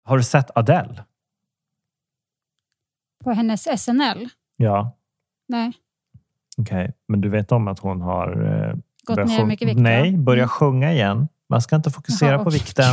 Har du sett Adele? På hennes SNL? Ja. Nej. Okej, men du vet om att hon har... Gått ner mycket vikt? Nej, börjar sjunga igen. Man ska inte fokusera på vikten.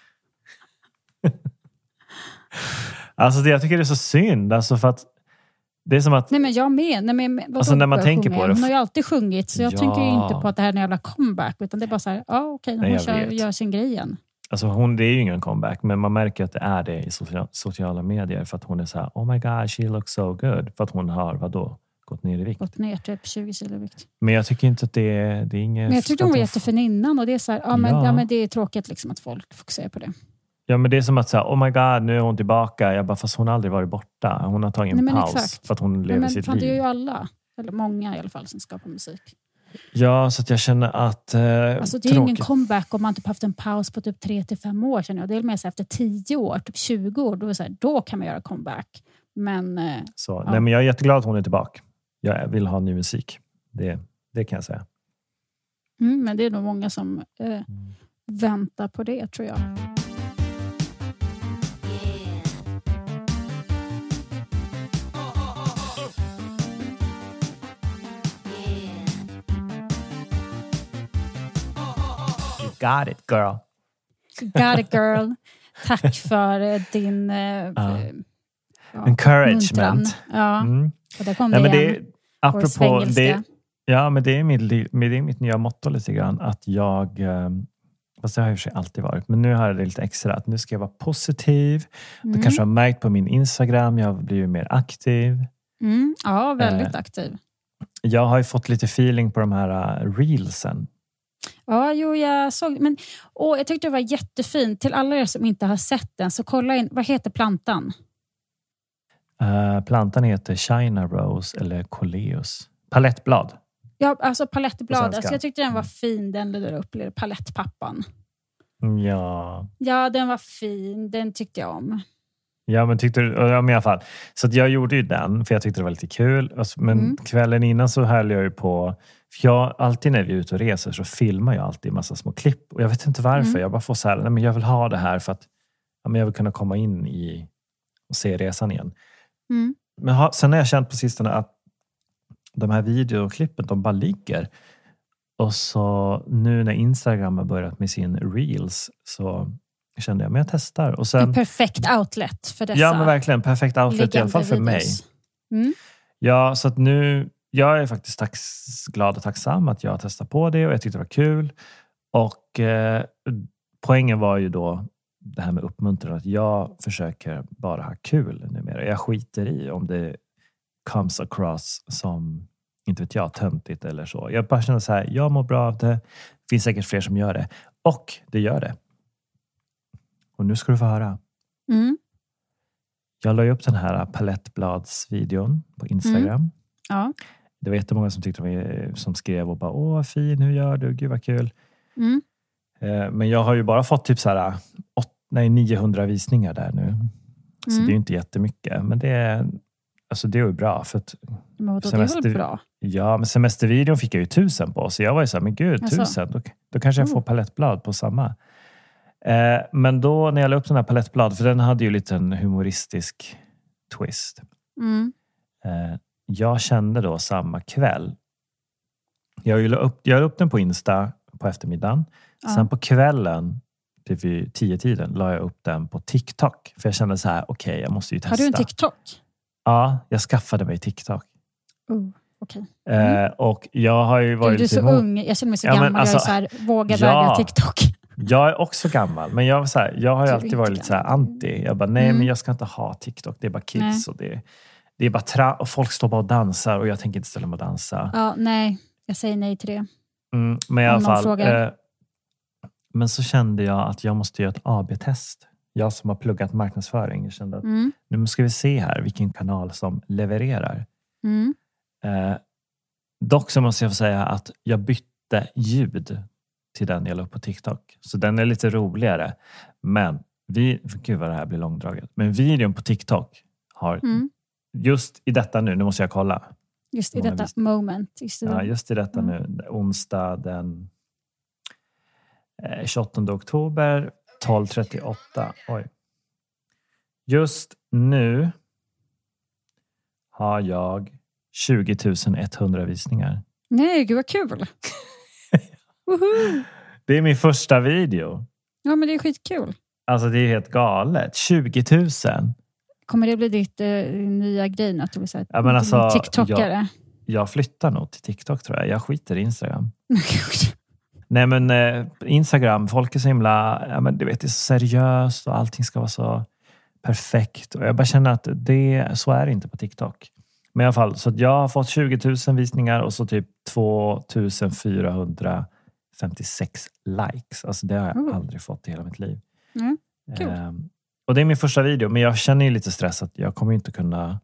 Alltså jag tycker det är så synd. Alltså för att det är som att... Nej, men jag med. Nej, men, alltså när man tänker på det... Hon har ju alltid sjungit, så jag tänker ju inte på att det här är en jävla comeback. Utan det är bara så här, okej, hon gör sin grej igen. Alltså det är ju ingen comeback, men man märker att det är det i sociala medier. För att hon är så här, oh my god, she looks so good. För att hon har, gått ner i vikt. Gått ner typ 20 kilo vikt. Men jag tycker inte att det är inget... Men jag tyckte hon var jättefin innan. Och det är så här, men det är tråkigt liksom att folk fokuserar på det. Ja, men det är som att säga, oh my god, nu är hon tillbaka. Jag bara, fast hon har aldrig varit borta. Hon har tagit en paus. Exakt. För att hon lever sitt liv. Det är ju alla, eller många i alla fall, som skapar musik. Ja, så att jag känner att... alltså det är ju ingen comeback om man typ haft en paus på typ 3-5 år sedan. Det är mer så efter 10 år, typ 20 år. Då kan man göra comeback. Men... Nej, men jag är jätteglad att hon är tillbaka. Jag vill ha ny musik. Det kan jag säga. Men det är nog många som väntar på det, tror jag. Got it, girl. Got it, girl. Tack för din encouragement. Ja, och där kom det igen. Apropå det, ja, men det är mitt nya motto lite grann. Att jag, fast det har jag för sig alltid varit. Men nu har jag det lite extra. Att nu ska jag vara positiv. Du kanske har märkt på min Instagram. Jag har blivit mer aktiv. Ja, väldigt aktiv. Jag har ju fått lite feeling på de här reelsen. Ja, jag såg. Men jag tyckte det var jättefint. Till alla er som inte har sett den, så kolla in. Vad heter plantan? Plantan heter China Rose eller Coleus. Palettblad. Ja, alltså palettblad. Alltså, jag tyckte den var fin. Den där uppe, palettpappan. Ja. Ja, den var fin. Den tyckte jag om. Ja, men tyckte du, ja, men i alla fall. Så att jag gjorde ju den, för jag tyckte det var lite kul. Men kvällen innan så höll jag ju på... För jag, alltid när vi är ute och reser så filmar jag alltid en massa små klipp. Och jag vet inte varför. Jag bara får så här, nej, men jag vill ha det här för att jag vill kunna komma in i och se resan igen. Men sen har jag känt på sistone att de här videoklippen, de bara ligger. Och så nu när Instagram har börjat med sin Reels, så kände jag, men jag testar. Och sen, en perfekt outlet för dessa. Ja, men verkligen. Perfekt outlet i alla fall för mig. Ja, så att nu... Jag är faktiskt glad och tacksam att jag testar på det. Och jag tyckte det var kul. Och poängen var ju då det här med uppmuntran. Att jag försöker bara ha kul numera. Jag skiter i om det comes across som, inte vet jag, töntigt eller så. Jag bara känner så här, jag mår bra av det. Det finns säkert fler som gör det. Och det gör det. Och nu ska du få höra. Jag la ju upp den här palettbladsvideon på Instagram. Ja. Det var jättemånga som skrev och bara, åh vad fin, hur gör du? Gud vad kul. Men jag har ju bara fått typ så här 900 visningar där nu. Så det är ju inte jättemycket. Men det är ju bra. För att men det är väl bra? Ja, men semestervideon fick jag ju 1000 på. Så jag var ju så här, men gud, 1000. Då kanske jag får palettblad på samma. Men då när jag la upp den här palettblad, för den hade ju lite en humoristisk twist. Jag kände då samma kväll. Jag la upp den på Insta på eftermiddagen. Sen på kvällen, typ vid 10-tiden, la jag upp den på TikTok. För jag kände så här, okej, jag måste ju testa. Har du en TikTok? Ja, jag skaffade mig TikTok. Okej. Och jag har ju varit... Du är så ung, jag känner mig så gammal. Jag är så här, vågar väga TikTok. Jag är också gammal, men jag har ju alltid varit lite så här anti. Jag bara, nej, men jag ska inte ha TikTok. Det är bara kids och det är bara och folk står bara och dansar och jag tänker inte ställa mig och dansa. Ja, nej. Jag säger nej till det. Men i alla fall. Men så kände jag att jag måste göra ett AB-test. Jag som har pluggat marknadsföring. Jag kände att nu ska vi se här vilken kanal som levererar. Dock så måste jag få säga att jag bytte ljud till den jag la upp på TikTok. Så den är lite roligare. Men gud vad det här blir långdraget. Men videon på TikTok har just i detta nu måste jag kolla. Just i detta moment. Just i detta nu. Onsdag den 28 oktober 12:38. Oj. Just nu har jag 20 100 visningar. Nej, gud vad kul. Det är min första video. Ja, men det är skitkul. Alltså det är helt galet. 20 000. Kommer det bli ditt nya grej? Att du blir så här, ja, men alltså, TikTokare? Jag flyttar nog till TikTok tror jag. Jag skiter i Instagram. Nej men Instagram, folk är så himla, ja, men du vet, det är så seriöst och allting ska vara så perfekt. Och jag bara känner att så är det inte på TikTok. Men i alla fall, så att jag har fått 20 000 visningar och så typ 2456 likes. Alltså det har jag aldrig fått i hela mitt liv. Cool. Och det är min första video, men jag känner ju lite stress att jag kommer inte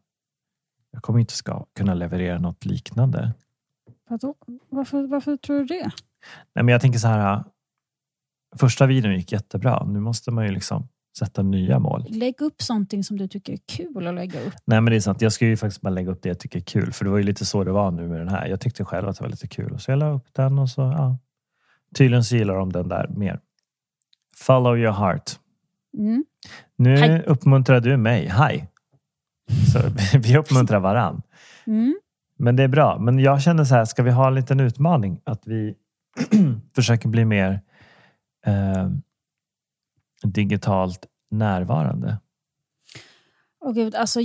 kunna leverera något liknande. Varför tror du det? Nej, men jag tänker så här, första videon gick jättebra. Nu måste man ju liksom sätta nya mål. Lägg upp sånt som du tycker är kul att lägga upp. Nej, men det är sant. Jag ska ju faktiskt bara lägga upp det jag tycker är kul. För det var ju lite så det var nu med den här. Jag tyckte själv att det var lite kul. Och så jag la upp den och så, ja. Tydligen så gillar de den där mer. Follow your heart. Nu uppmuntrar du mig. Hej. Så vi uppmuntrar varann. Men det är bra. Men jag känner så här, ska vi ha en liten utmaning? Att vi försöker bli mer digitalt närvarande. Åh gud, alltså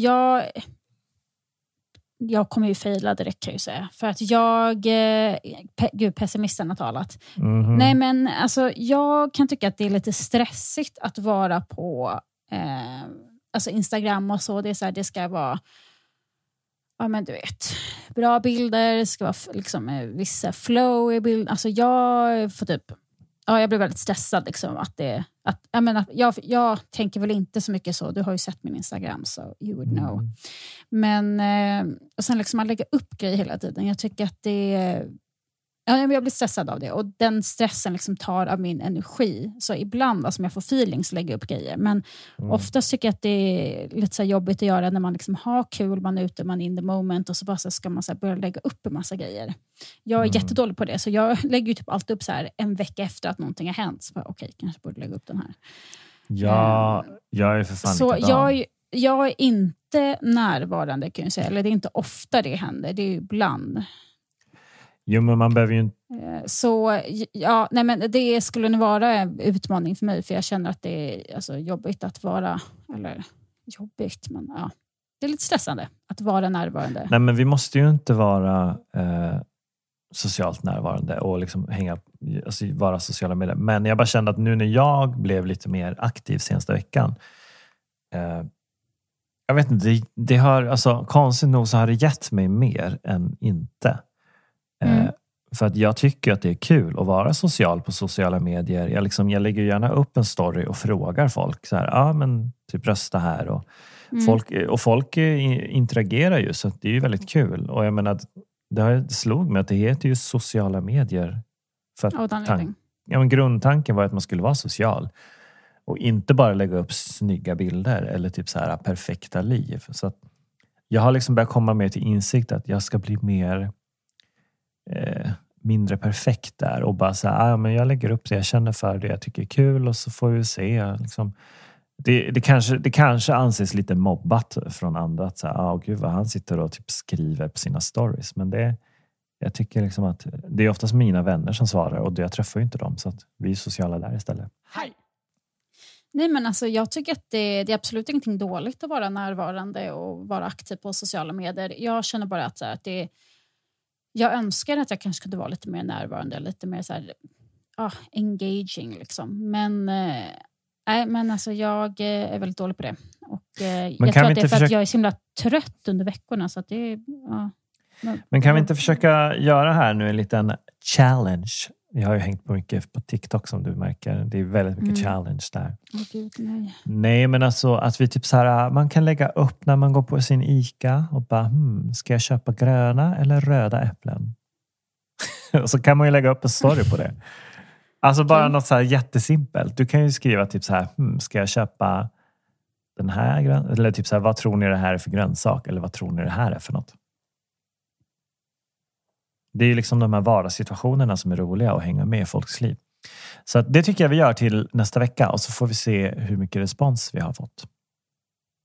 jag kommer ju fejla direkt kan jag ju säga. För att pessimisten har talat. Nej men alltså jag kan tycka att det är lite stressigt att vara på alltså Instagram och så. Det är så här, det ska vara, ja men du vet, bra bilder, det ska vara liksom vissa flow i bild. Alltså jag får typ, ja jag blir väldigt stressad liksom jag tänker väl inte så mycket så. Du har ju sett min Instagram så you would know. Men och sen liksom man lägger upp grejer hela tiden. Jag tycker att jag blir stressad av det. Och den stressen liksom tar av min energi. Så ibland alltså, jag får feelings lägga upp grejer. Men oftast tycker jag att det är lite så jobbigt att göra när man liksom har kul. Man är ute, man är in the moment. Och så bara så ska man så börja lägga upp en massa grejer. Jag är jättedålig på det. Så jag lägger ju typ alltid upp så här en vecka efter att någonting har hänt. Så okej, kanske borde lägga upp den här. Ja, jag är för fan så likadan. jag är inte närvarande kan jag säga. Eller det är inte ofta det händer. Det är ju ibland. Jo, men man behöver ju inte... Så, ja, nej men det skulle nog vara en utmaning för mig. För jag känner att det är alltså, jobbigt att vara... Eller jobbigt, men ja. Det är lite stressande att vara närvarande. Nej, men vi måste ju inte vara socialt närvarande och liksom vara sociala medier. Men jag bara kände att nu när jag blev lite mer aktiv senaste veckan... jag vet inte, det har... Alltså, konstigt nog så har det gett mig mer än inte. För att jag tycker att det är kul att vara social på sociala medier. Jag lägger gärna upp en story och frågar folk så här, men typ rösta här och folk interagerar ju så det är ju väldigt kul. Och jag menar, det slog mig att det heter ju sociala medier för att men grundtanken var att man skulle vara social och inte bara lägga upp snygga bilder eller typ så här perfekta liv. Så att jag har liksom börjat komma mer till insikt att jag ska bli mer mindre perfekt där och bara säga, men jag lägger upp det jag känner för, det jag tycker är kul och så får vi se liksom. Det kanske anses lite mobbat från andra att säga, gud vad han sitter och typ skriver på sina stories, men jag tycker liksom att det är oftast mina vänner som svarar och jag träffar ju inte dem så att vi är sociala där istället. Hej. Nej men alltså jag tycker att det är absolut ingenting dåligt att vara närvarande och vara aktiv på sociala medier. Jag känner bara att jag önskar att jag kanske kunde vara lite mer närvarande, lite mer så här, engaging liksom. Men alltså jag är väldigt dålig på det. Och jag tror att det är för att jag är så himla trött under veckorna så att det är, Men kan vi inte försöka göra här nu en liten challenge? Jag har ju hängt på mycket på TikTok som du märker. Det är väldigt mycket challenge där. Gud, nej. Nej, men alltså att vi typ så här, man kan lägga upp när man går på sin ICA och bara, ska jag köpa gröna eller röda äpplen? Och så kan man ju lägga upp en story på det. Alltså bara något så här jättesimpelt. Du kan ju skriva typ så här, ska jag köpa den här eller typ så här, vad tror ni det här är för grönsak? Eller vad tror ni det här är för något? Det är ju liksom de här vardagssituationerna som är roliga att hänga med i folks liv. Så det tycker jag vi gör till nästa vecka och så får vi se hur mycket respons vi har fått.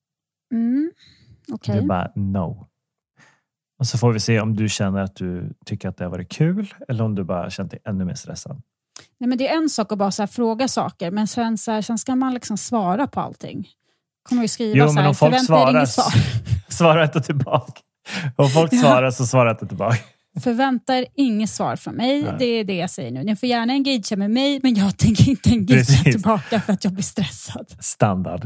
Okay. Du bara no. Och så får vi se om du känner att du tycker att det har varit kul eller om du bara känt dig ännu mer stressad. Nej, men det är en sak att bara så här fråga saker, men sen ska man liksom svara på allting. Kommer ju skriva jo, så här, men om folk svarar, svara inte tillbaka. Om folk svarar så svarar inte tillbaka. Förväntar inget svar från mig. Nej. Det är det jag säger nu. Ni får gärna engagea med mig, men jag tänker inte engagea tillbaka för att jag blir stressad. Standard.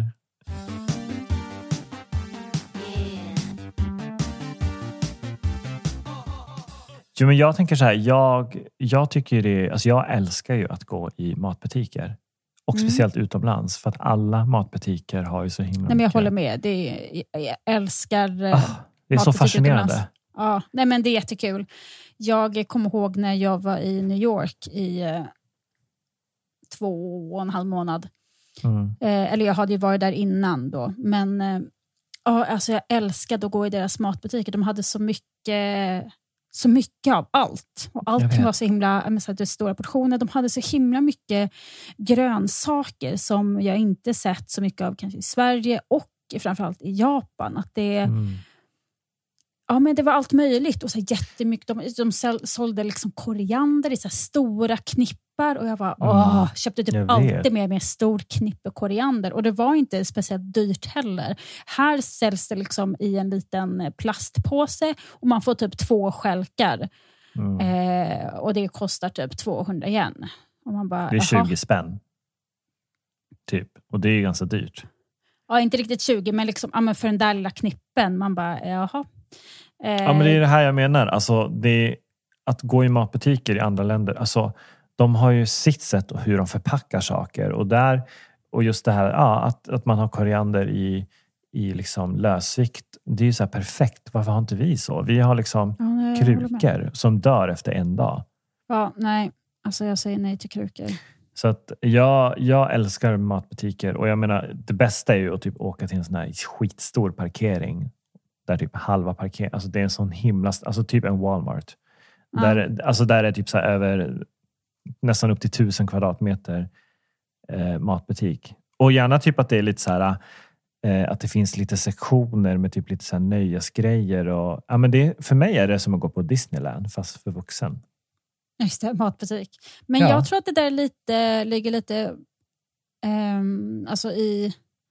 Jo, men jag tänker så här, jag tycker det, alltså jag älskar ju att gå i matbutiker. Och speciellt utomlands, för att alla matbutiker har ju så himla mycket. Nej, men jag håller med. Jag älskar det är så fascinerande. Utomlands. Ja, nej, men det är jättekul. Jag kommer ihåg när jag var i New York i 2,5 månad. Eller jag hade ju varit där innan då. Men alltså jag älskade att gå i deras matbutiker. De hade så mycket av allt. Och allt var så himla, det stora portioner. De hade så himla mycket grönsaker som jag inte sett så mycket av kanske i Sverige och framförallt i Japan. Att det ja, men det var allt möjligt. Och så jättemycket. De sålde liksom koriander i så stora knippar. Och jag var, köpte typ alltid med en stor knippe koriander. Och det var inte speciellt dyrt heller. Här säljs det liksom i en liten plastpåse. Och man får typ 2 skälkar. Och det kostar typ 200 yen. Och man bara, det är 20 spänn. Typ. Och det är ju ganska dyrt. Ja, inte riktigt 20. Men liksom, för den där lilla knippen. Man bara, jaha. Ja, men det är det här jag menar. Alltså, det är att gå i matbutiker i andra länder. Alltså, de har ju sitt sätt hur de förpackar saker. Och just det här att man har koriander i liksom lösvikt. Det är ju så här perfekt. Varför har inte vi så? Vi har liksom krukor som dör efter en dag. Ja, nej. Alltså jag säger nej till krukor. Så att jag älskar matbutiker. Och jag menar, det bästa är ju att typ åka till en sån här skitstor parkering. Där typ halva parkering, alltså det är en sån himla, alltså typ en Walmart. Där är typ så här över nästan upp till 1000 kvadratmeter matbutik. Och gärna typ att det är lite så här att det finns lite sektioner med typ lite så här nöjesgrejer och ja, men det, för mig är det som att gå på Disneyland fast för vuxen. Just det, matbutik. Men jag tror att det där ligger lite alltså i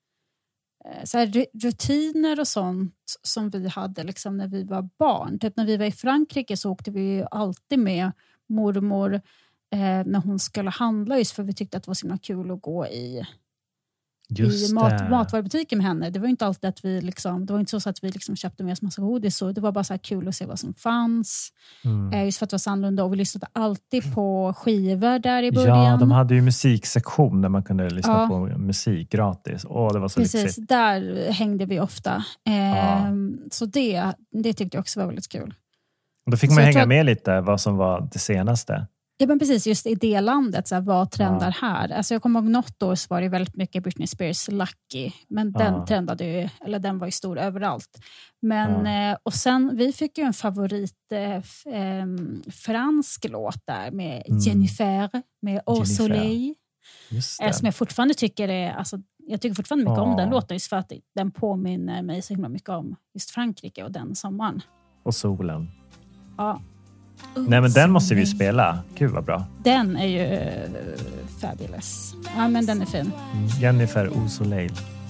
så här rutiner och sånt som vi hade liksom när vi var barn. Typ när vi var i Frankrike så åkte vi alltid med mormor när hon skulle handla, just för vi tyckte att det var så himla kul att gå i matvarubutiken med henne. Det var ju inte alltid att vi liksom, det var inte så att vi liksom köpte med oss massa godis, så det var bara så här kul att se vad som fanns. Just för att det var så annorlunda, och vi lyssnade alltid på skivor där i början. Ja, de hade ju musiksektion där man kunde lyssna på musik gratis. Det var så precis, lyxigt. Där hängde vi ofta. Så det tyckte jag också var väldigt kul. Då fick man hänga med lite vad som var det senaste. Ja, men precis, just i det landet, så här, vad trendar här? Alltså jag kommer ihåg något år så var det väldigt mycket Britney Spears Lucky, men den trendade ju, eller den var ju stor överallt. Men och sen, vi fick ju en favorit fransk låt där med Jennifer, med Au Soleil. Som jag fortfarande tycker är, alltså jag tycker fortfarande mycket om den låten, just för att den påminner mig så himla mycket om just Frankrike och den sommaren. Och solen. Ja. Nej, men den måste vi ju spela. Gud vad bra. Den är ju fabulous. Ja, men den är fin. Jennifer Au Soleil.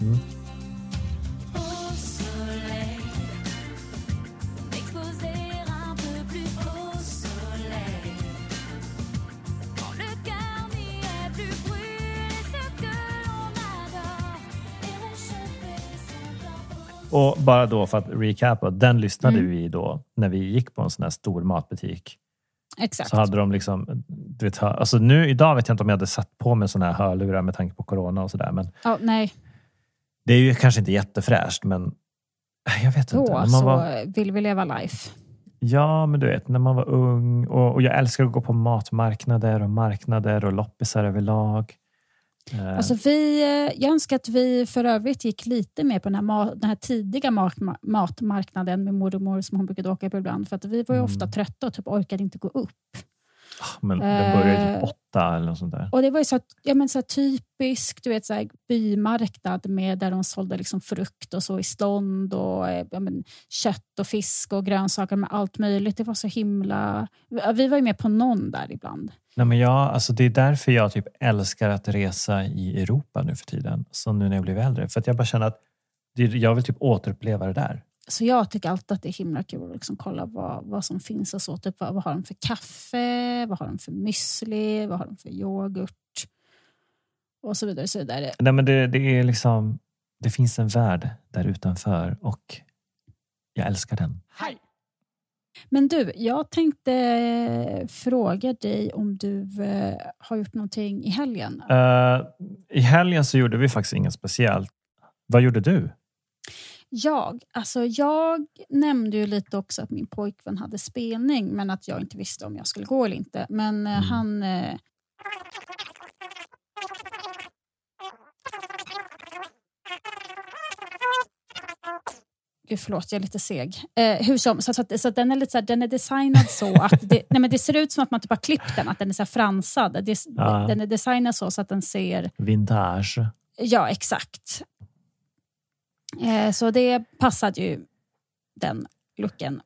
Och bara då för att recapa, den lyssnade vi då när vi gick på en sån här stor matbutik. Exakt. Så hade de liksom, du vet, alltså nu idag vet jag inte om jag hade satt på mig såna här hörlurar med tanke på corona och sådär, men nej. Det är ju kanske inte jättefräscht, men jag vet inte. Då så vill vi leva life. Ja, men du vet, när man var ung och jag älskar att gå på marknader och loppisar överlag. Alltså jag önskar att vi för övrigt gick lite mer på den här tidiga matmarknaden med mormor som hon brukade åka på ibland. För att vi var ju ofta trötta och typ orkade inte gå upp. Men den började typ 8 eller något sånt där. Och det var ju så här typisk, du vet, så här bymarknad med där de sålde liksom frukt och så i stånd och kött och fisk och grönsaker med allt möjligt. Det var så himla... Vi var ju med på någon där ibland. Nej, men alltså det är därför jag typ älskar att resa i Europa nu för tiden. Så nu när jag blev äldre. För att jag bara känner att jag vill typ återuppleva det där. Så jag tycker alltid att det är himla kul att liksom kolla vad som finns och så. Typ, vad har de för kaffe? Vad har de för müsli? Vad har de för yoghurt? Och så vidare. Så vidare. Nej, men det är liksom... Det finns en värld där utanför och jag älskar den. Hej! Men du, jag tänkte fråga dig om du har gjort någonting i helgen. I helgen så gjorde vi faktiskt inget speciellt. Vad gjorde du? Jag nämnde ju lite också att min pojkvän hade spelning, men att jag inte visste om jag skulle gå eller inte. Men han... Gud, förlåt, jag är lite seg. Hur som, så att den är lite så här, den är designad så att det ser ut som att man typ har klippt den, att den är så här fransad. Den är designad så att den ser... Vintage. Ja, exakt. Så det passade ju den looken.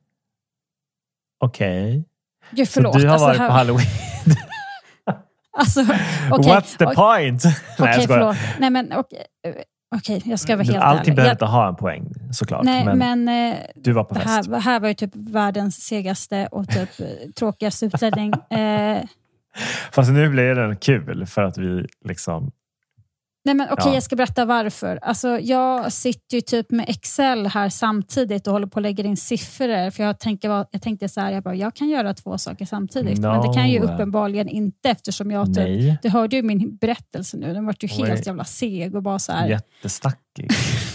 Okej. Gud, förlåt. Så du har varit på Halloween? Alltså, What's the point? Okej, förlåt. Nej, men okej, jag ska vara helt ärlig. Allting behöver inte ha en poäng, såklart. Nej, men du var på fest. Det här var ju typ världens segaste och typ tråkigaste utklädning. Fast nu blir den kul för att vi liksom... Nej, men jag ska berätta varför. Alltså, jag sitter ju typ med Excel här samtidigt och håller på att lägga in siffror. För jag tänkte så här, jag kan göra 2 saker samtidigt. No. Men det kan ju uppenbarligen inte, eftersom jag typ... Du hörde ju min berättelse nu. Den var ju helt jävla seg och bara så här... Jättestackig.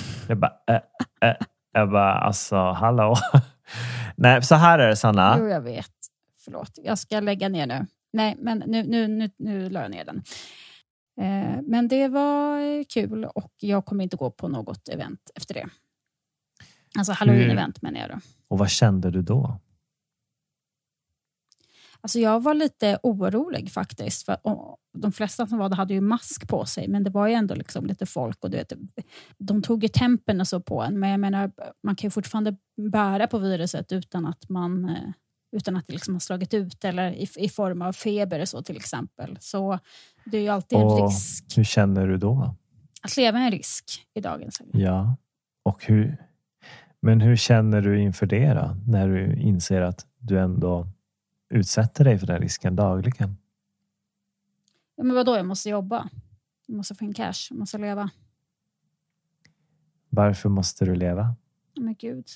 jag bara, alltså, hallå. Nej, så här är det, Sanna. Jo, jag vet. Förlåt, jag ska lägga ner nu. Nej, men nu la jag ner den. Men det var kul och jag kommer inte gå på något event efter det. Alltså Halloween-event menar jag då. Och vad kände du då? Alltså jag var lite orolig faktiskt. För de flesta som var där hade ju mask på sig. Men det var ju ändå liksom lite folk. Och du vet, de tog ju tempen och så på en. Men jag menar, man kan ju fortfarande bära på viruset utan att det liksom har slagit ut. Eller i form av feber och så till exempel. Så det är ju alltid en risk. Hur känner du då? Att leva är en risk i dagens läge. Ja, och hur känner du inför det då? När du inser att du ändå utsätter dig för den risken dagligen? Ja, men vadå? Jag måste jobba. Jag måste få in cash. Jag måste leva. Varför måste du leva? Men gud.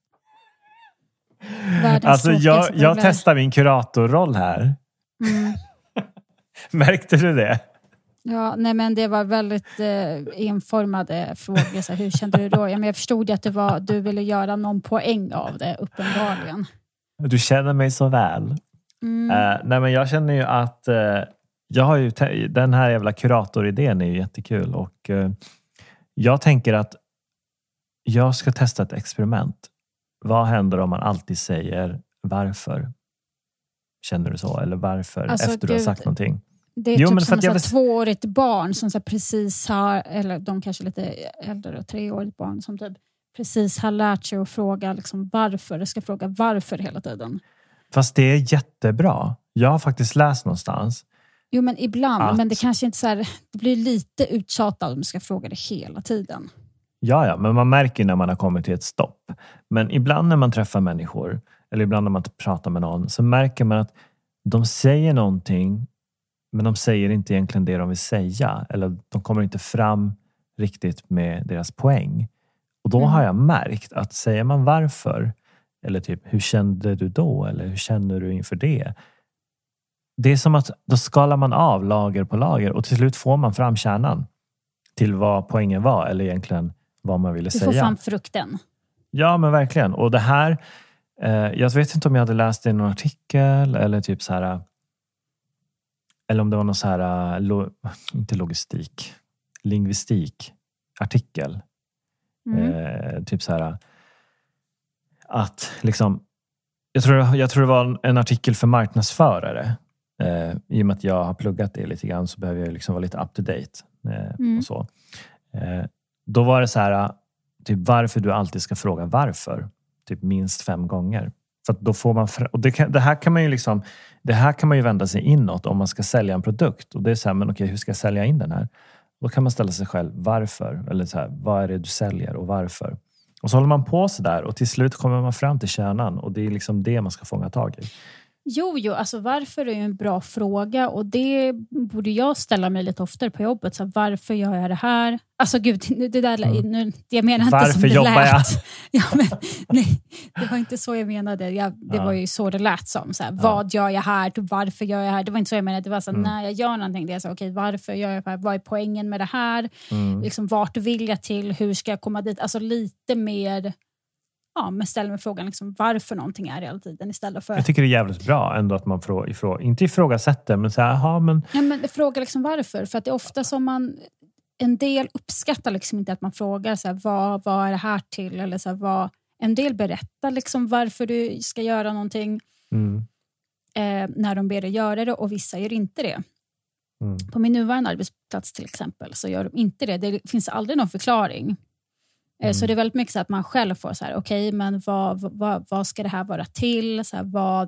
Alltså jag testar min kuratorroll här. Mm. Märkte du det? Ja, nej, men det var väldigt informade frågor. Så hur kände du då? Ja, men jag förstod ju att du ville göra någon poäng av det, uppenbarligen. Du känner mig så väl. Nej, men jag känner ju att jag har ju den här jävla kuratoridén är ju jättekul. Och jag tänker att jag ska testa ett experiment. Vad händer om man alltid säger varför? Känner du så? Eller varför? Alltså, efter du har sagt någonting? Det är typ som ett 2-årigt barn som så precis har, eller de kanske lite äldre, 3-årigt barn som typ precis har lärt sig att fråga liksom varför. Det ska fråga varför hela tiden. Fast det är jättebra. Jag har faktiskt läst någonstans. Jo, men ibland. Men det kanske inte så här, det blir lite uttjatat om du ska fråga det hela tiden. Ja, men man märker när man har kommit till ett stopp. Men ibland när man träffar människor, eller ibland när man pratar med någon, så märker man att de säger någonting, men de säger inte egentligen det de vill säga. Eller de kommer inte fram riktigt med deras poäng. Och då har jag märkt att säger man varför, eller typ hur kände du då? Eller hur känner du inför det? Det är som att då skalar man av lager på lager och till slut får man fram kärnan till vad poängen var, eller egentligen vad man ville säga. Du får fram frukten. Ja, men verkligen. Och det här, jag vet inte om jag hade läst det i någon artikel eller typ så här, eller om det var någon så här, inte logistik, lingvistik artikel. Typ så här, att liksom, jag tror det var en artikel för marknadsförare. I och med att jag har pluggat det lite grann så behöver jag liksom vara lite up to date. Och så. Då var det så här, typ varför du alltid ska fråga varför. Typ minst 5 gånger. För att då får man... Och det här kan man ju vända sig inåt om man ska sälja en produkt. Och det är så här, men okej, hur ska jag sälja in den här? Då kan man ställa sig själv varför. Eller så här, vad är det du säljer och varför? Och så håller man på så där och till slut kommer man fram till kärnan. Och det är liksom det man ska fånga tag i. Jo, alltså varför är ju en bra fråga och det borde jag ställa mig lite oftare på jobbet. Så varför gör jag det här? Alltså gud, det där, nu, jag menar inte varför som det jobbar lät. jag? Ja, men, nej, det var inte så jag menade. Det var ju så det lät som. Så här, vad gör jag här? Varför gör jag här? Det var inte så jag menade. Det var så när jag gör någonting, det är så okej, varför gör jag det här? Vad är poängen med det här? Liksom, vart vill jag till? Hur ska jag komma dit? Alltså lite mer... Ja, men ställer mig frågan liksom, varför någonting är hela tiden istället för... Jag tycker det är jävligt bra ändå att man inte ifrågasätter, men så här, men... Ja, men fråga liksom varför. För att det är ofta som en del uppskattar liksom inte att man frågar så här, vad är det här till? Eller så här, en del berättar liksom varför du ska göra någonting när de ber dig göra det och vissa gör inte det. På min nuvarande arbetsplats till exempel så gör de inte det. Det finns aldrig någon förklaring. Så det är väldigt mycket så att man själv får så här, okej, men vad ska det här vara till? Så här,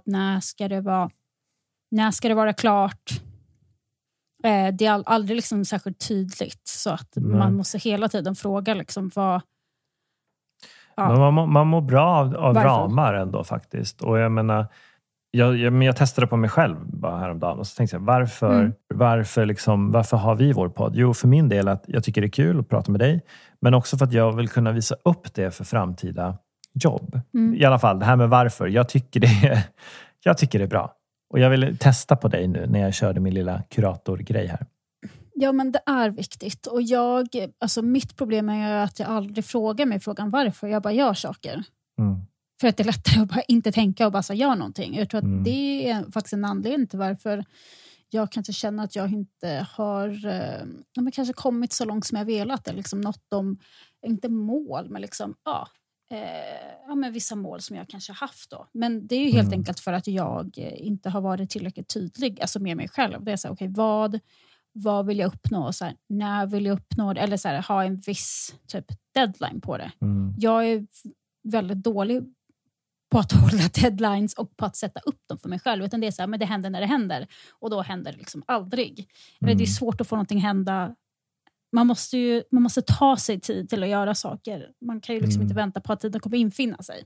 när ska det vara klart? Det är aldrig liksom särskilt tydligt så att man måste hela tiden fråga liksom vad... Ja. Men man mår bra av ramar ändå faktiskt. Och jag menar, jag testade på mig själv bara häromdagen och så tänkte jag, varför har vi vår podd? Jo, för min del att jag tycker det är kul att prata med dig, men också för att jag vill kunna visa upp det för framtida jobb. I alla fall, det här med varför. Jag tycker det är bra. Och jag vill testa på dig nu när jag körde min lilla kuratorgrej här. Ja, men det är viktigt. Och mitt problem är att jag aldrig frågar mig frågan varför. Jag bara gör saker. För att det är lättare att bara inte tänka och bara så gör någonting. Jag tror att det är faktiskt en anledning till varför jag kanske känner att jag inte har kanske kommit så långt som jag velat. Eller liksom något inte mål, men liksom, men vissa mål som jag kanske haft då. Men det är ju helt enkelt för att jag inte har varit tillräckligt tydlig alltså med mig själv. Det är så här, okej, vad vill jag uppnå? Så här, när vill jag uppnå det? Eller så här, ha en viss typ deadline på det. Jag är väldigt dålig på att hålla deadlines och på att sätta upp dem för mig själv. Utan det är så här, men det händer när det händer. Och då händer det liksom aldrig. Eller det är svårt att få någonting hända. Man måste ta sig tid till att göra saker. Man kan ju liksom inte vänta på att tiden kommer infinna sig.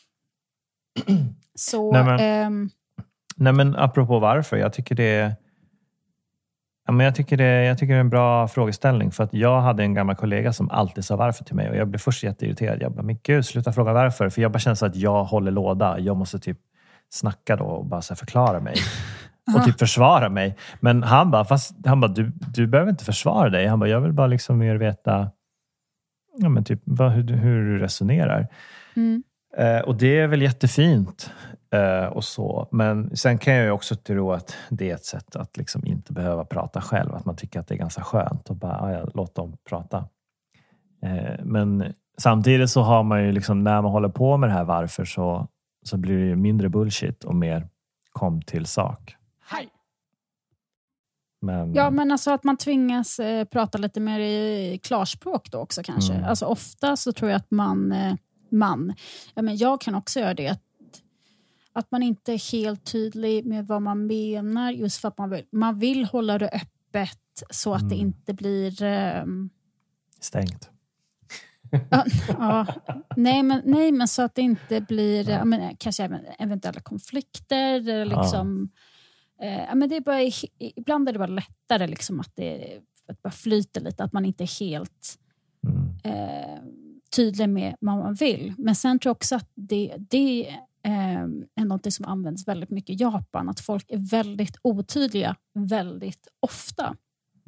Så... Nej men apropå varför, jag tycker det är en bra frågeställning, för att jag hade en gammal kollega som alltid sa varför till mig och jag blev först jätteirriterad. Jag bara, men gud, sluta fråga varför, för jag bara känner så att jag håller låda. Jag måste typ snacka då och bara så här förklara mig och typ försvara mig. Men han bara, du behöver inte försvara dig. Han bara, jag vill bara liksom mer veta typ hur du resonerar. Och det är väl jättefint och så. Men sen kan jag ju också tro att det är ett sätt att liksom inte behöva prata själv. Att man tycker att det är ganska skönt och bara låt dem prata. Men samtidigt så har man ju liksom, när man håller på med det här varför så blir det ju mindre bullshit och mer kom till sak. Hej! Men alltså att man tvingas prata lite mer i klarspråk då också kanske. Alltså ofta så tror jag att jag kan också göra det, att man inte är helt tydlig med vad man menar, just för att man vill hålla det öppet så att det inte blir stängt. Nej, men så att det inte blir kanske eventuella konflikter eller liksom men det är bara, ibland är det bara lättare liksom att det bara flyter lite, att man inte är helt tydlig med vad man vill. Men sen tror jag också att det är något som används väldigt mycket i Japan, att folk är väldigt otydliga väldigt ofta.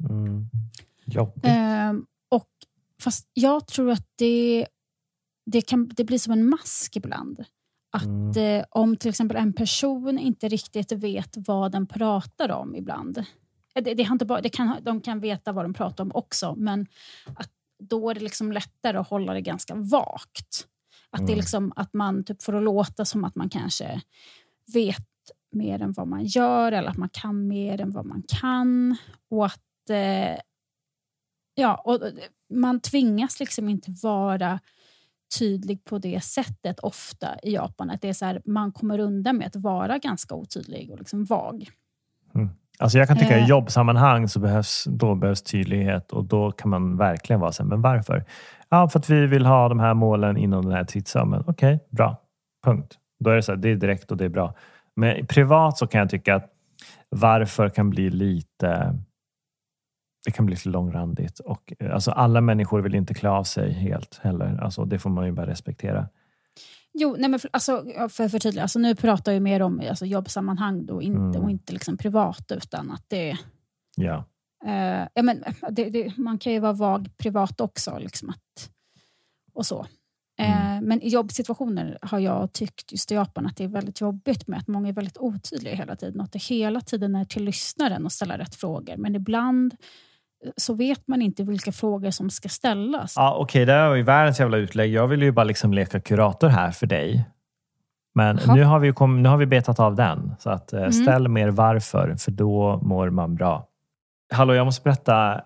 Och fast jag tror att det blir som en mask ibland. Att om till exempel en person inte riktigt vet vad den pratar om ibland. De kan veta vad de pratar om också, men att då är det liksom lättare att hålla det ganska vagt. Att det är liksom att man typ får att låta som att man kanske vet mer än vad man gör, eller att man kan mer än vad man kan, och att och man tvingas liksom inte vara tydlig på det sättet ofta i Japan, att det är så här, man kommer undan med att vara ganska otydlig och liksom vag. Alltså jag kan tycka i jobbsammanhang så behövs tydlighet, och då kan man verkligen vara så här, men varför? Ja, för att vi vill ha de här målen inom den här tidsramen. Okej, bra. Punkt. Då är det så här, det är direkt och det är bra. Men privat så kan jag tycka att varför kan bli lite långrandigt, och alltså alla människor vill inte klä av sig helt heller. Alltså det får man ju bara respektera. Jo, nej men för tydligt, alltså nu pratar jag mer om alltså jobbsammanhang då, och inte liksom privat, utan att det men man kan ju vara vag privat också liksom, och så. Men i jobbsituationer har jag tyckt just i Japan att det är väldigt jobbigt med att många är väldigt otydliga hela tiden, och att det hela tiden är till lyssnaren att ställa rätt frågor, men ibland så vet man inte vilka frågor som ska ställas. Ja, okej, det var ju världens jävla utlägg. Jag vill ju bara liksom leka kurator här för dig. Men nu har vi betat av den. Så att ställ mer varför, för då mår man bra. Hallå, jag måste berätta.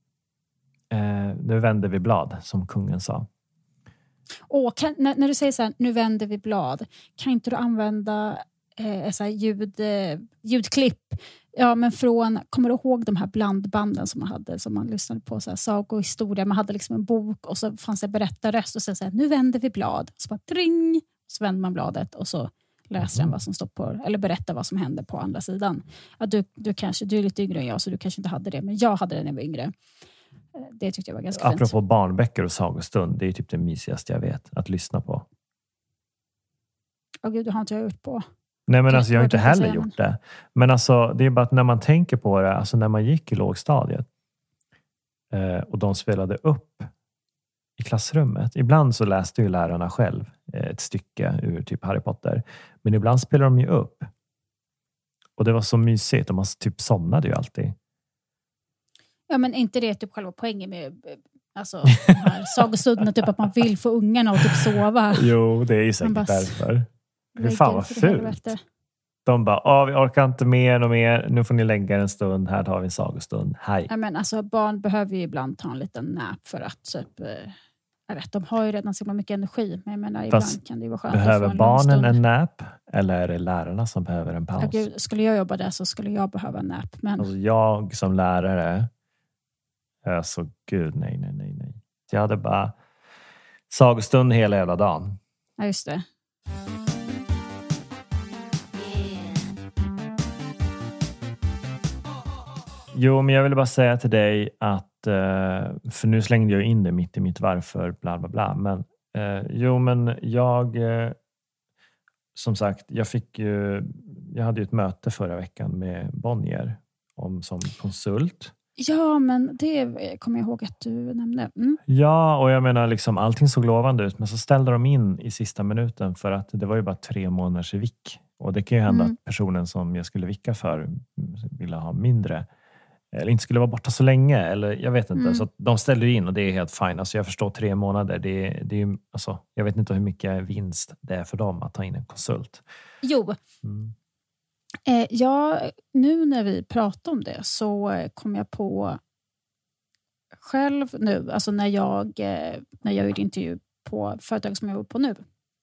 Nu vänder vi blad, som kungen sa. När du säger så här, nu vänder vi blad, kan inte du använda så här ljudklipp? Ja, men kommer du ihåg de här blandbanden som man hade, som man lyssnade på, så här sagohistoria, man hade liksom en bok och så fanns det berättarröst och så här, nu vänder vi blad, så bara tring, så vänder man bladet och så läser den vad som står på, eller berättar vad som händer på andra sidan. Ja, du är lite yngre än jag, så du kanske inte hade det, men jag hade det när jag var yngre. Det tyckte jag var ganska fint. Apropå barnböcker och sagostund, det är typ det mysigaste jag vet att lyssna på. Gud, det har inte jag gjort på. Nej, men alltså jag har inte heller gjort det. Men alltså det är bara att när man tänker på det, alltså när man gick i lågstadiet och de spelade upp i klassrummet. Ibland så läste ju lärarna själv ett stycke ur typ Harry Potter. Men ibland spelade de ju upp. Och det var så mysigt, och man typ somnade ju alltid. Ja, men inte det typ själva poängen med alltså de här sagostunden, typ att man vill få ungarna att typ sova. Jo, det är ju säkert därför. Hur fan vad fult. De bara, vi orkar inte mer och mer. Nu får ni lägga en stund. Här tar vi en sagostund. Hej. Ja, men alltså barn behöver ju ibland ta en liten nap för att typ, jag vet, de har ju redan så mycket energi. Men jag menar, ibland kan det ju vara skönt. Behöver barnen en nap? Eller är det lärarna som behöver en paus? Ja, gud, skulle jag jobba där så skulle jag behöva en nap. Men... Alltså, jag som lärare, alltså gud, nej. Jag hade bara sagostund hela jävla dagen. Ja, just det. Jo, men jag ville bara säga till dig att, för nu slängde jag in det mitt i mitt varför, bla bla bla. Men jag, som sagt, jag hade ju ett möte förra veckan med Bonnier som konsult. Ja, men det kommer jag ihåg att du nämnde. Ja, och jag menar liksom allting såg lovande ut, men så ställde de in i sista minuten för att det var ju bara 3 månaders vick. Och det kan ju hända att personen som jag skulle vicka för ville ha mindre. Eller inte skulle vara borta så länge, eller jag vet inte. Så att de ställde in, och det är helt fine. Alltså jag förstår 3 månader. Det är alltså, jag vet inte hur mycket vinst det är för dem att ta in en konsult. Jo. Nu när vi pratar om det så kom jag på själv nu, alltså när jag gjorde intervju på företag som jag jobbar på nu.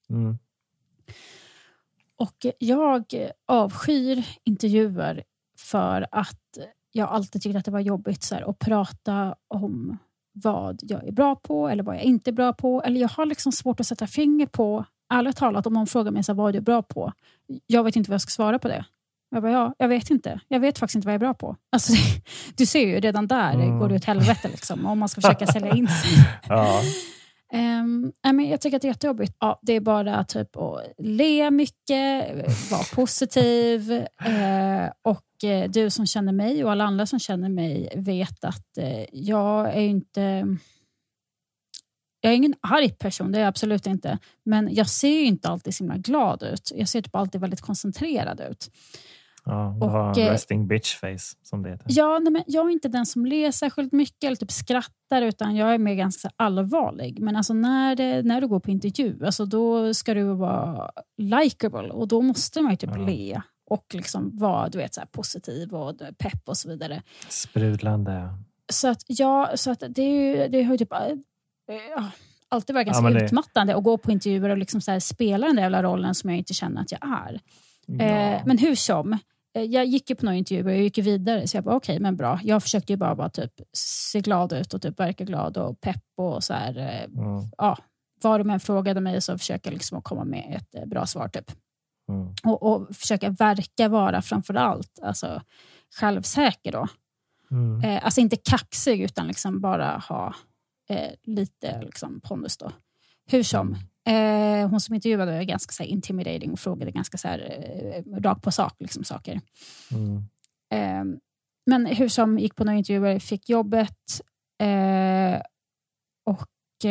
Och jag avskyr intervjuer för att jag alltid tyckte att det var jobbigt så här, att prata om vad jag är bra på eller vad jag inte är bra på. Eller jag har liksom svårt att sätta finger på, ärligt talat, om någon frågar mig så här, vad du är bra på. Jag vet inte vad jag ska svara på det. Jag bara, jag vet inte. Jag vet faktiskt inte vad jag är bra på. Alltså, du ser ju, redan där går det åt helvete liksom, om man ska försöka sälja in sig. Ja. Men jag tycker att det är jättejobbigt. Ja, det är bara typ att le mycket, vara positiv, och du som känner mig och alla andra som känner mig vet att jag är ingen arg person, det är jag absolut inte, men jag ser ju inte alltid så himla glad ut. Jag ser typ alltid väldigt koncentrerad ut. Ja, och resting bitch face som det heter. Ja, nej, men jag är inte den som ler särskilt mycket eller typ skrattar, utan jag är mer ganska allvarlig. Men alltså när du går på intervju, alltså då ska du vara likable, och då måste man ju typ le och liksom vara, du vet, så här positiv och pepp och så vidare. Sprudlande. Så att det har ju typ alltid varit ganska utmattande att gå på intervjuer och liksom så här spela den där jävla rollen som jag inte känner att jag är. Ja. Men hur som, jag gick ju på några intervjuer och jag gick vidare, så jag bara okej, men bra. Jag försökte ju bara typ se glad ut och typ verka glad och pepp och så här. Var de än frågade mig så försöker jag liksom att komma med ett bra svar typ. Och försöka verka vara framförallt alltså självsäker då. Alltså inte kaxig utan liksom bara ha lite liksom pondus då. Hur som, hon som intervjuade var ganska så här intimidating och frågade ganska så här rakt på sak liksom saker. Men hur som, gick på några intervjuer, fick jobbet och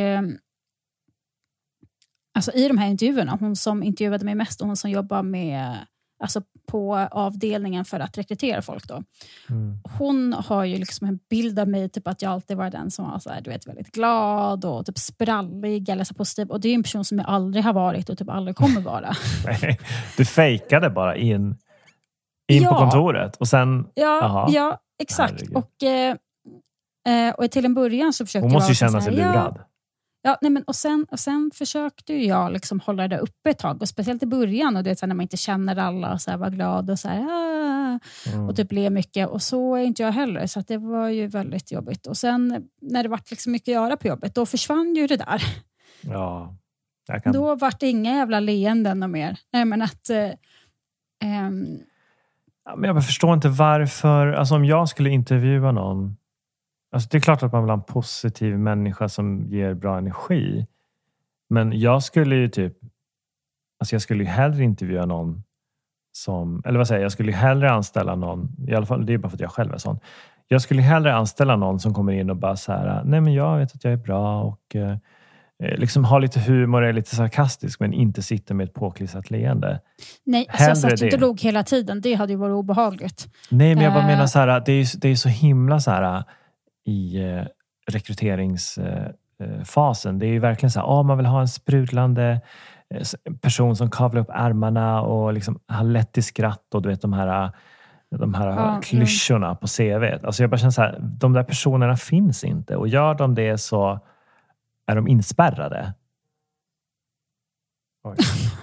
alltså i de här intervjuerna, hon som intervjuade mig mest och hon som jobbar med alltså på avdelningen för att rekrytera folk då. Hon har ju liksom en bild av mig typ att jag alltid var den som var så här, du vet, väldigt glad och typ sprallig eller så positiv, och det är en person som jag aldrig har varit och typ aldrig kommer vara. Du fejkade bara in på kontoret och sen ja, exakt. Herregud. Och till en början så försökte hon måste ju känna sig lurad. Ja, nej men och sen försökte jag liksom hålla det uppe ett tag, och speciellt i början, och det är så när man inte känner alla och så här var glad och så här och typ le mycket, och så är inte jag heller, så att det var ju väldigt jobbigt. Och sen när det var liksom mycket att göra på jobbet, då försvann ju det där. Ja. Då var det inga jävla leenden och mer. Nej men att men jag förstår inte varför, alltså om jag skulle intervjua någon. Alltså det är klart att man vill ha en positiv människa som ger bra energi. Men jag skulle ju typ... Alltså jag skulle ju hellre intervjua någon som... Eller vad säger jag? Jag skulle ju hellre anställa någon... I alla fall, det är bara för att jag själv är sån. Jag skulle hellre anställa någon som kommer in och bara så här... Nej men jag vet att jag är bra och... liksom ha lite humor, är lite sarkastisk, men inte sitter med ett påklistrat leende. Nej, alltså jag satt inte låg hela tiden. Det hade ju varit obehagligt. Nej, men jag bara menar så här... Det är så himla så här... i rekryteringsfasen. Det är ju verkligen så här, man vill ha en sprudlande person som kavlar upp ärmarna och liksom har lätt till skratt, och du vet de här klyschorna på CV. Alltså jag bara känner så här, de där personerna finns inte, och gör de det så är de inspärrade. Oj.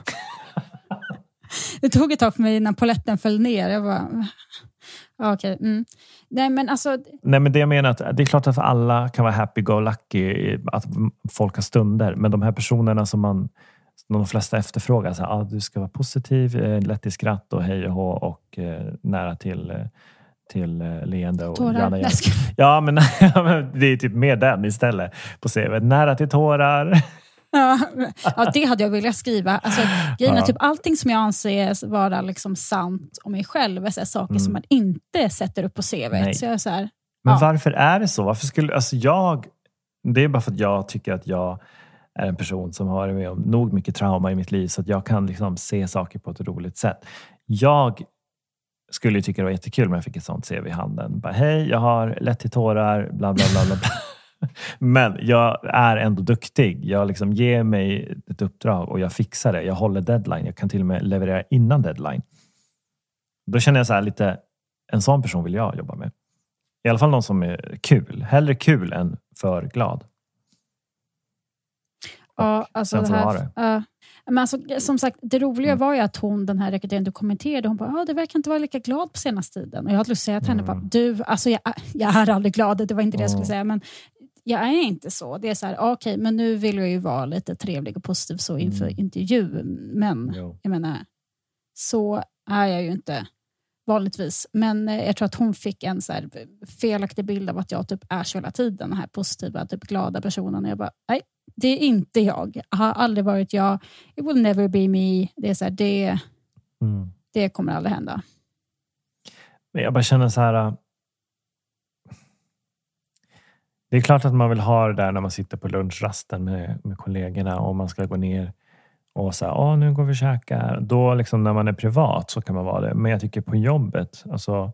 Det tog ett tag för mig innan poletten föll ner. Jag bara... Okej. Nej men det jag menar att det är klart att alla kan vara happy-go-lucky, att folk har stunder, men de här personerna som de flesta efterfrågar så här, du ska vara positiv, lätt i skratt och hej och hå och nära till leende och tårar. Ja men det är typ mer den istället på CV, nära till tårar. Ja, det hade jag velat skriva. Alltså, grejen är typ allting som jag anser vara liksom sant om mig själv är så här, saker som man inte sätter upp på CV. Så jag är så här, men varför är det så? Varför skulle, alltså det är bara för att jag tycker att jag är en person som har varit med om nog mycket trauma i mitt liv, så att jag kan liksom se saker på ett roligt sätt. Jag skulle ju tycka det var jättekul om jag fick ett sånt CV i handen. Bara, hej, jag har lätt till tårar, bla bla bla bla. Men jag är ändå duktig. Jag liksom ger mig ett uppdrag och jag fixar det. Jag håller deadline. Jag kan till och med leverera innan deadline. Då känner jag så här lite, en sån person vill jag jobba med. I alla fall någon som är kul. Hellre kul än för glad. Ja, alltså sen det här... Men alltså, som sagt, det roliga var ju att hon, den här rekryteraren du kommenterade, hon bara, det verkar inte vara lika glad på senaste tiden. Och jag hade lust att säga till henne, bara, du, alltså jag är aldrig glad, det var inte det jag skulle säga, men jag är inte så. Det är så här, okej, men nu vill jag ju vara lite trevlig och positiv så inför intervju, men jag menar, så är jag ju inte vanligtvis. Men jag tror att hon fick en så här felaktig bild av att jag typ är så hela tiden, den här positiva, typ glada personen. Och jag bara, nej, det är inte jag. Har aldrig varit jag. It will never be me. Det är så här, det kommer aldrig hända. Men jag bara känner så här, det är klart att man vill ha det där när man sitter på lunchrasten med kollegorna och man ska gå ner och säga, nu går vi och käkar. Då liksom när man är privat så kan man vara det. Men jag tycker på jobbet, alltså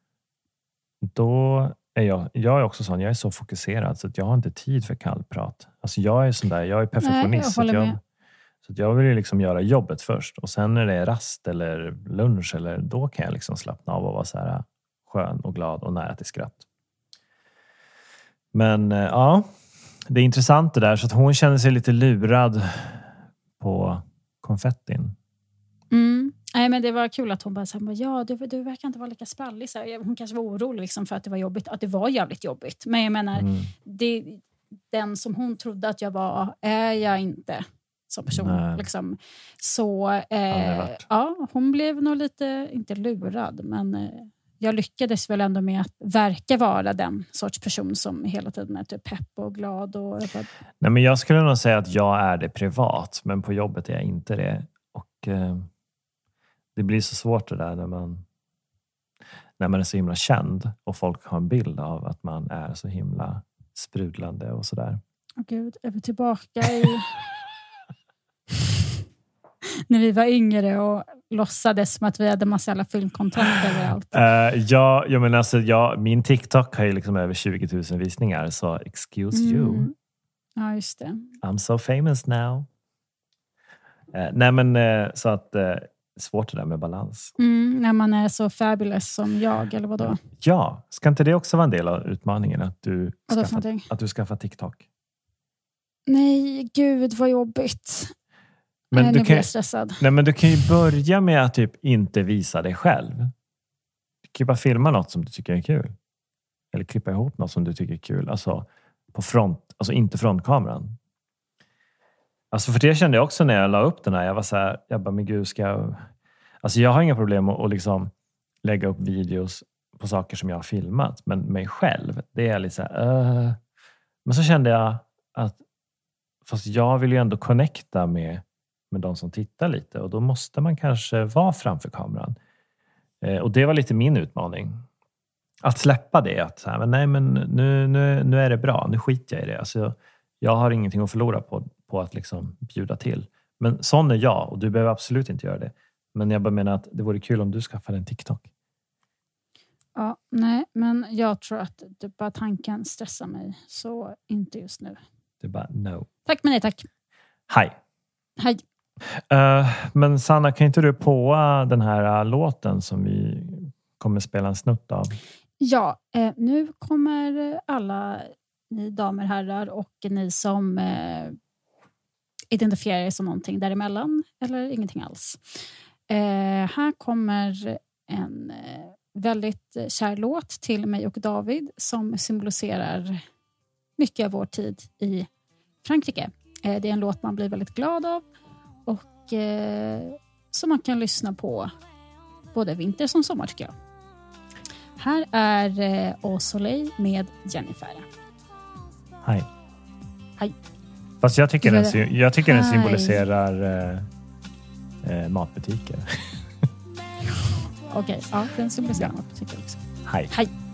då är jag är också sån, jag är så fokuserad så att jag har inte tid för kallprat. Alltså jag är sån där, jag är perfektionist. Nej, Så jag vill ju liksom göra jobbet först. Och sen när det är rast eller lunch, eller då kan jag liksom slappna av och vara så här skön och glad och nära till skratt. Men ja, det är intressant det där. Så att hon känner sig lite lurad på konfettin. Nej, men det var kul att hon bara sa, ja, du verkar inte vara lika sprallig. Så hon kanske var orolig liksom för att det var jobbigt. Att det var jävligt jobbigt. Men jag menar, den som hon trodde att jag var, är jag inte som person. Liksom. Så ja, hon blev nog lite, inte lurad, men jag lyckades väl ändå med att verka vara den sorts person som hela tiden är typ pepp och glad. Nej, men jag skulle nog säga att jag är det privat, men på jobbet är jag inte det. Och det blir så svårt det där när man är så himla känd och folk har en bild av att man är så himla sprudlande och sådär. Åh gud, är vi tillbaka i när vi var yngre och låtsades som att vi hade massa alla filmkontrakt överallt. Ja, men alltså, min TikTok har ju liksom över 20 000 visningar, så excuse you. Ja, just det. I'm so famous now. Nej, men så att svårt det där med balans. När man är så fabulous som jag, eller vadå? Ja, ska inte det också vara en del av utmaningen? Att du skaffar TikTok? Nej, gud vad jobbigt. Men nu blir jag stressad. Nej, men du kan ju börja med att typ inte visa dig själv. Du kan ju bara filma något som du tycker är kul. Eller klippa ihop något som du tycker är kul. Alltså inte frontkameran. Alltså för det kände jag också när jag la upp den här. Jag var så här, jag bara, men gud, alltså jag har inga problem att liksom lägga upp videos på saker som jag har filmat. Men mig själv, det är lite så här, Men så kände jag att fast jag vill ju ändå connecta med de som tittar lite. Och då måste man kanske vara framför kameran. Och det var lite min utmaning. Att släppa det. Att så här, men nej, men nu är det bra. Nu skiter jag i det. Alltså, jag har ingenting att förlora på att liksom bjuda till. Men sån är jag. Och du behöver absolut inte göra det. Men jag bara menar att det vore kul om du skaffade en TikTok. Ja, nej. Men jag tror att det bara tanken stressar mig. Så inte just nu. Det är bara no. Tack, men nej tack. Hej. Hej. Men Sanna, kan inte du på den här låten som vi kommer spela en snutt av? Ja, nu kommer alla ni damer, herrar och ni som identifierar er som någonting däremellan eller ingenting alls. Här kommer en väldigt kär låt till mig och David som symboliserar mycket av vår tid i Frankrike. Det är en låt man blir väldigt glad av och som man kan lyssna på både vinter som sommar, tycker jag. Här är Au Soleil med Jennifer. Hej. Hej. Fast jag tycker den symboliserar matbutiker. Okej, ja, den symboliserar matbutiker också. Hej. Hej.